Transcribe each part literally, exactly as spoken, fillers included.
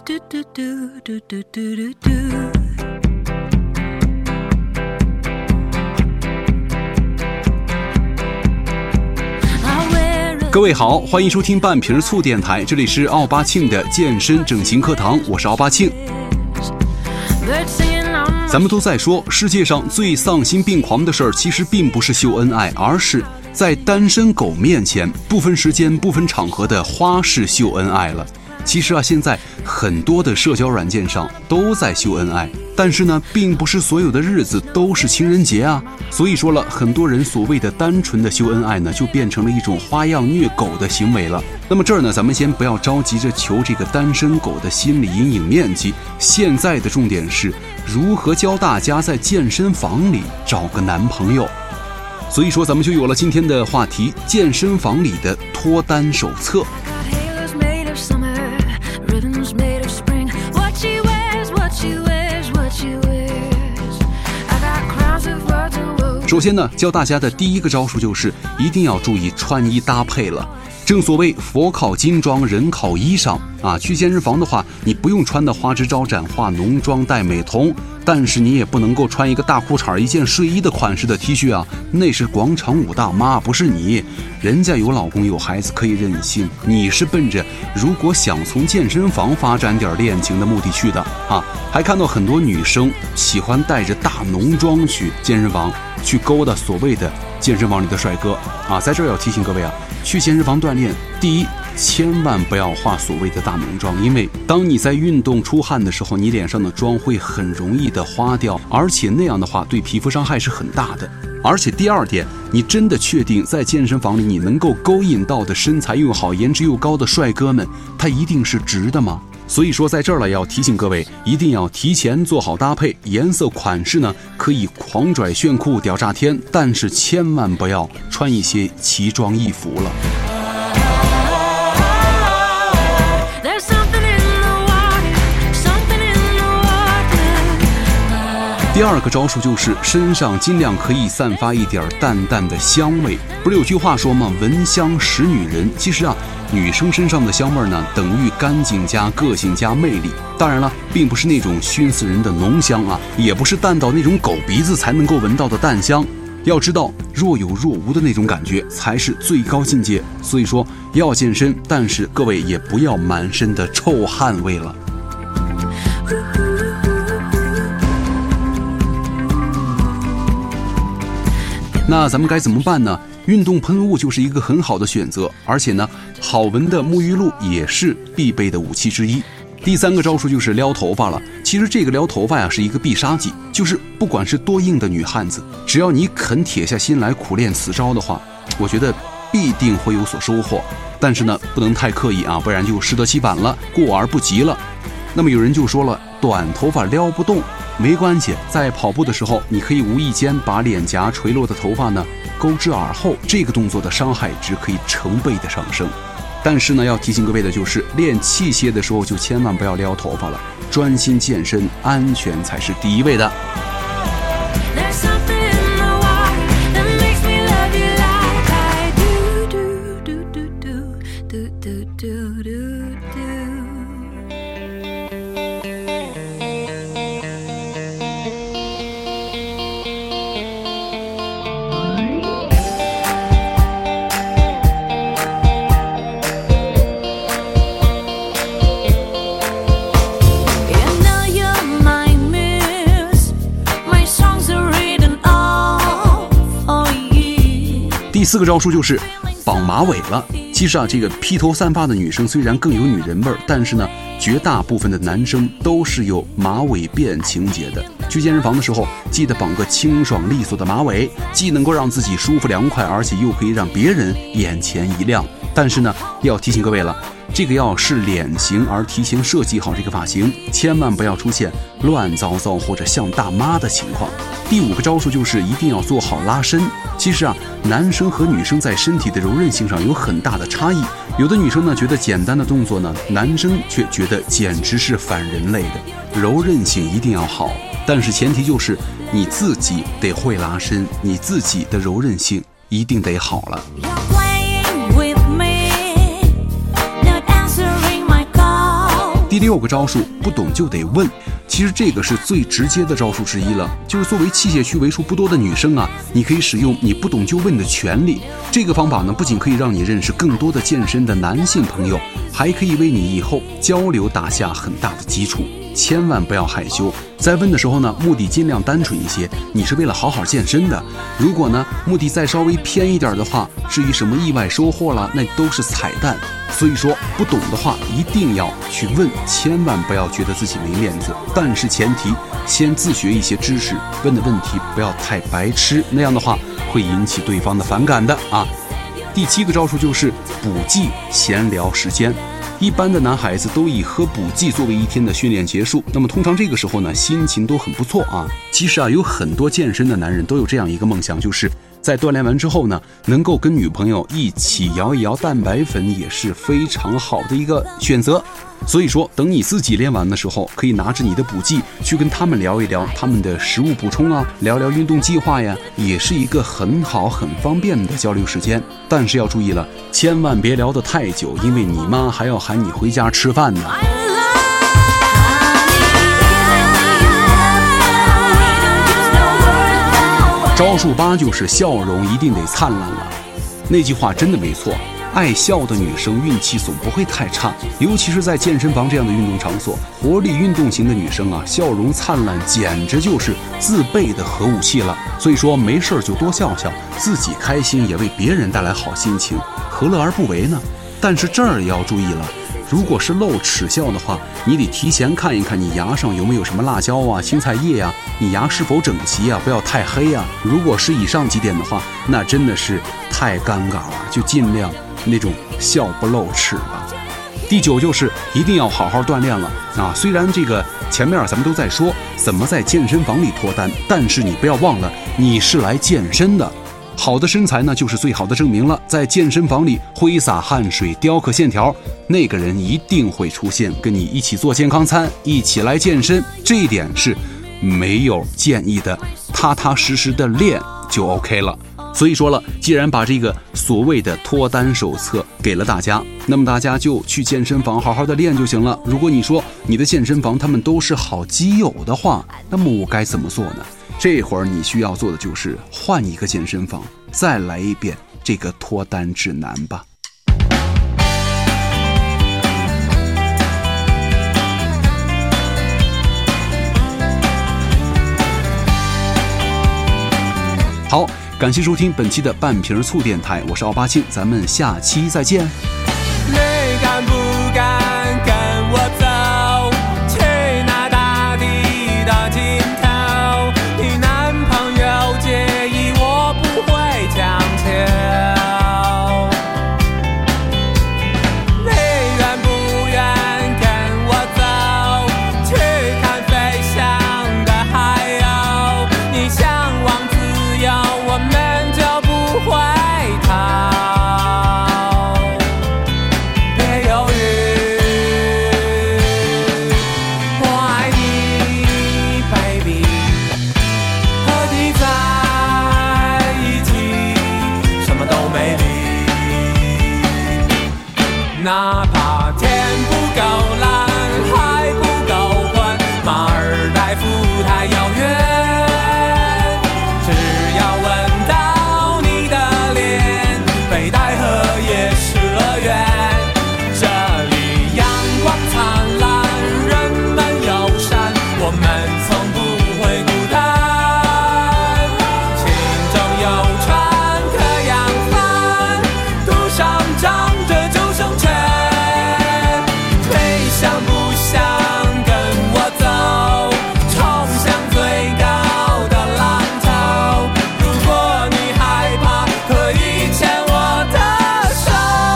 各位好，欢迎收听半瓶醋电台，这里是奥巴庆的健身整形课堂，我是奥巴庆。咱们都在说世界上最丧心病狂的事儿，其实并不是秀恩爱，而是在单身狗面前不分时间不分场合的花式秀恩爱了。其实啊，现在很多的社交软件上都在秀恩爱，但是呢，并不是所有的日子都是情人节啊。所以说了，很多人所谓的单纯的秀恩爱呢，就变成了一种花样虐狗的行为了。那么这儿呢，咱们先不要着急着求这个单身狗的心理阴影面积，现在的重点是如何教大家在健身房里找个男朋友。所以说咱们就有了今天的话题，健身房里的脱单手册。首先呢，教大家的第一个招数就是一定要注意穿衣搭配了。正所谓佛靠金装，人靠衣裳啊。去健身房的话，你不用穿的花枝招展，化浓妆戴美瞳，但是你也不能够穿一个大裤衩一件睡衣的款式的 T 恤啊，那是广场舞大妈，不是你。人家有老公有孩子可以任性，你是奔着如果想从健身房发展点恋情的目的去的啊。还看到很多女生喜欢带着大浓妆去健身房，去勾搭所谓的健身房里的帅哥啊。在这儿要提醒各位啊，去健身房锻炼，第一，千万不要化所谓的大浓妆，因为当你在运动出汗的时候，你脸上的妆会很容易的花掉，而且那样的话对皮肤伤害是很大的。而且第二点，你真的确定在健身房里你能够勾引到的身材又好颜值又高的帅哥们，他一定是直的吗？所以说在这儿了，要提醒各位一定要提前做好搭配，颜色款式呢可以狂拽炫酷屌炸天，但是千万不要穿一些奇装异服了。第二个招数就是身上尽量可以散发一点淡淡的香味。不是有句话说吗？闻香识女人。其实啊，女生身上的香味呢，等于干净加个性加魅力。当然了，并不是那种熏死人的浓香啊，也不是淡到那种狗鼻子才能够闻到的淡香。要知道，若有若无的那种感觉才是最高境界。所以说要健身，但是各位也不要满身的臭汗味了。那咱们该怎么办呢？运动喷雾就是一个很好的选择，而且呢，好闻的沐浴露也是必备的武器之一。第三个招数就是撩头发了。其实这个撩头发呀是一个必杀技，就是不管是多硬的女汉子，只要你肯铁下心来苦练此招的话，我觉得必定会有所收获。但是呢，不能太刻意啊，不然就适得其反了，过而不及了。那么有人就说了，短头发撩不动，没关系，在跑步的时候，你可以无意间把脸颊垂落的头发呢勾至耳后，这个动作的伤害值可以成倍的上升。但是呢，要提醒各位的就是，练器械的时候就千万不要撩头发了，专心健身，安全才是第一位的。第四个招数就是绑马尾了。其实啊，这个披头散发的女生虽然更有女人味儿，但是呢，绝大部分的男生都是有马尾辫情节的。去健身房的时候，记得绑个清爽利索的马尾，既能够让自己舒服凉快，而且又可以让别人眼前一亮。但是呢，要提醒各位了，这个要是脸型而提前设计好这个发型，千万不要出现乱糟糟或者像大妈的情况。第五个招数就是一定要做好拉伸。其实啊，男生和女生在身体的柔韧性上有很大的差异。有的女生呢觉得简单的动作呢，男生却觉得简直是反人类的。柔韧性一定要好，但是前提就是你自己得会拉伸，你自己的柔韧性一定得好了。 第六个招数，不懂就得问。其实这个是最直接的招数之一了，就是作为器械区为数不多的女生啊，你可以使用你不懂就问的权利。这个方法呢，不仅可以让你认识更多的健身的男性朋友，还可以为你以后交流打下很大的基础。千万不要害羞，在问的时候呢，目的尽量单纯一些，你是为了好好健身的。如果呢，目的再稍微偏一点的话，至于什么意外收获了，那都是彩蛋。所以说，不懂的话一定要去问，千万不要觉得自己没面子。但是前提，先自学一些知识，问的问题不要太白痴，那样的话会引起对方的反感的啊。第七个招数就是补剂闲聊时间。一般的男孩子都以喝补剂作为一天的训练结束，那么通常这个时候呢，心情都很不错啊。其实啊，有很多健身的男人都有这样一个梦想，就是在锻炼完之后呢，能够跟女朋友一起摇一摇蛋白粉，也是非常好的一个选择。所以说，等你自己练完的时候，可以拿着你的补剂去跟他们聊一聊他们的食物补充啊，聊聊运动计划呀，也是一个很好很方便的交流时间。但是要注意了，千万别聊得太久，因为你妈还要喊你回家吃饭呢。招数八就是笑容一定得灿烂了。那句话真的没错，爱笑的女生运气总不会太差，尤其是在健身房这样的运动场所，活力运动型的女生啊，笑容灿烂简直就是自备的核武器了。所以说没事就多笑笑，自己开心也为别人带来好心情，何乐而不为呢？但是这儿也要注意了，如果是露齿笑的话，你得提前看一看你牙上有没有什么辣椒啊、青菜叶啊，你牙是否整齐啊，不要太黑啊。如果是以上几点的话，那真的是太尴尬了，就尽量那种笑不露齿吧。第九就是一定要好好锻炼了啊！虽然这个前面咱们都在说怎么在健身房里脱单，但是你不要忘了，你是来健身的。好的身材呢，就是最好的证明了。在健身房里挥洒汗水、雕刻线条，那个人一定会出现，跟你一起做健康餐，一起来健身。这一点是没有建议的，踏踏实实的练就 OK 了。所以说了，既然把这个所谓的脱单手册给了大家，那么大家就去健身房好好的练就行了。如果你说你的健身房他们都是好基友的话，那么我该怎么做呢？这会儿你需要做的就是换一个健身房，再来一遍这个脱单指南吧。好，感谢收听本期的半瓶醋电台，我是奥巴庆，咱们下期再见。 你敢不敢跟我走，去那大地的尽头？你男朋友介意我不会强求，你愿不愿跟我走，去看飞翔的海鸥？你向往自由，我们就不回头。哪怕天不够蓝，海不够宽，马尔代夫太遥远，只要闻到你的脸，北戴河也是乐园。这里阳光灿烂，人们友善，我们从不会孤单，心中有船可扬帆，途上长着救生圈。想不想跟我走，冲向最高的浪头？如果你害怕，可以牵我的手。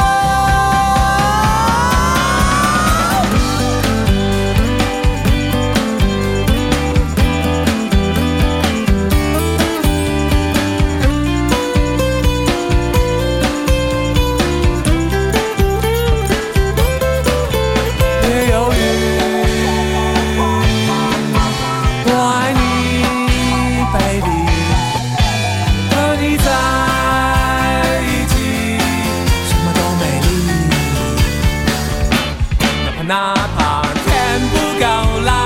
别犹豫，哪怕天不够蓝。